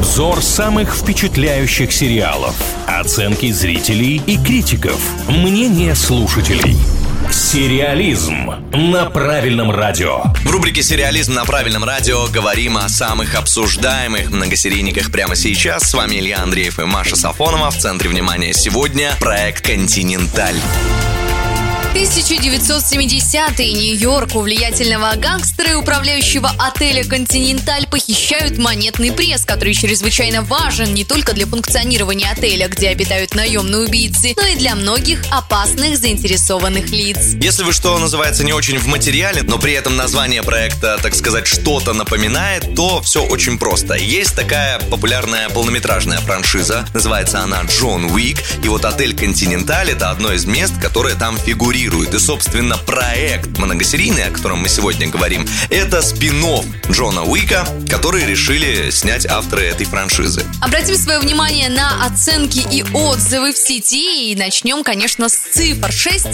Обзор самых впечатляющих сериалов, оценки зрителей и критиков, мнение слушателей. Сериализм на правильном радио. В рубрике «Сериализм на правильном радио» говорим о самых обсуждаемых многосерийниках прямо сейчас. С вами Илья Андреев и Маша Сафонова. В центре внимания сегодня проект «Континенталь». 1970-й. Нью-Йорк. У влиятельного гангстера и управляющего отеля «Континенталь» похищают монетный пресс, который чрезвычайно важен не только для функционирования отеля, где обитают наемные убийцы, но и для многих опасных заинтересованных лиц. Если вы, что называется, не очень в материале, но при этом название проекта, так сказать, что-то напоминает, то все очень просто. Есть такая популярная полнометражная франшиза, называется она «Джон Уик», и вот отель «Континенталь» — это одно из мест, которое там фигурирует. И, собственно, проект многосерийный, о котором мы сегодня говорим, это спин-офф Джона Уика, который решили снять авторы этой франшизы. Обратим свое внимание на оценки и отзывы в сети. И начнем, конечно, с цифр.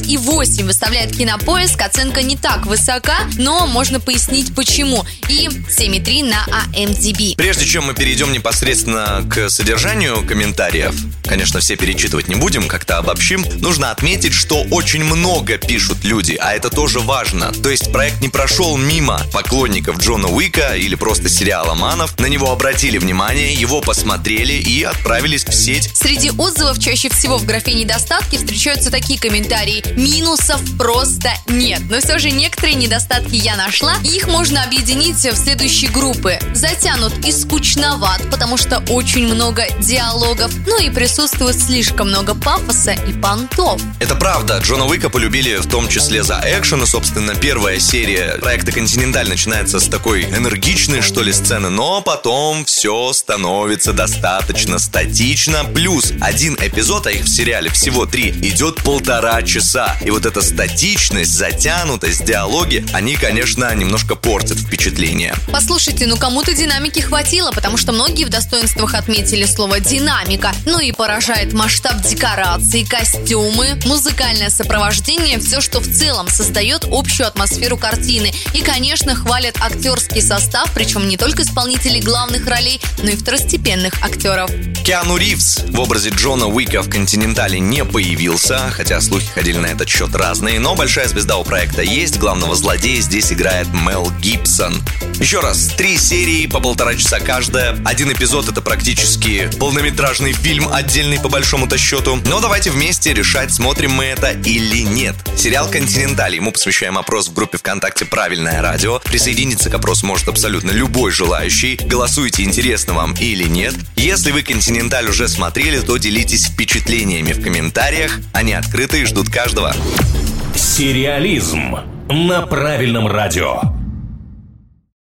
6,8 выставляет Кинопоиск. Оценка не так высока, но можно пояснить почему. И 7,3 на IMDb. Прежде чем мы перейдем непосредственно к содержанию комментариев, конечно, все перечитывать не будем, как-то обобщим, нужно отметить, что очень много пишут люди, а это тоже важно. То есть проект не прошел мимо поклонников Джона Уика или просто сериаломанов. На него обратили внимание, его посмотрели и отправились в сеть. Среди отзывов чаще всего в графе «недостатки» встречаются такие комментарии: минусов просто нет. Но все же некоторые недостатки я нашла, и их можно объединить в следующие группы. Затянут и скучноват, потому что очень много диалогов, ну и присутствует слишком много пафоса и понтов. Это правда, Джона Уика полюбили в том числе за экшен, и, собственно, первая серия проекта «Континенталь» начинается с такой энергичной, что ли, сцены, но потом все становится достаточно статично, плюс один эпизод, а их в сериале всего 3, идет 1,5 часа, и вот эта статичность, затянутость, диалоги, они, конечно, немножко портят впечатление. Послушайте, кому-то динамики хватило, потому что многие в достоинствах отметили слово «динамика». Ну и поражает масштаб декораций, костюмы, музыкальное сопровождение, все, что в целом создает общую атмосферу картины. И, конечно, хвалят актерский состав, причем не только исполнителей главных ролей, но и второстепенных актеров. Киану Ривз в образе Джона Уика в «Континентале» не появился, хотя слухи ходили на этот счет разные, но большая звезда у проекта есть, главного злодея здесь играет Мел Гибсон. Еще раз, 3 серии по 1,5 часа каждая. Один эпизод — это практически полнометражный фильм, отдельный по большому-то счету. Но давайте вместе решать, смотрим мы это или нет. Сериал «Континенталь», ему посвящаем опрос в группе ВКонтакте «Правильное радио». Присоединиться к опросу может абсолютно любой желающий. Голосуйте, интересно вам или нет. Если вы «Континенталь» уже смотрели, то делитесь впечатлениями в комментариях. Они открыты и ждут каждого. Сериализм на правильном радио.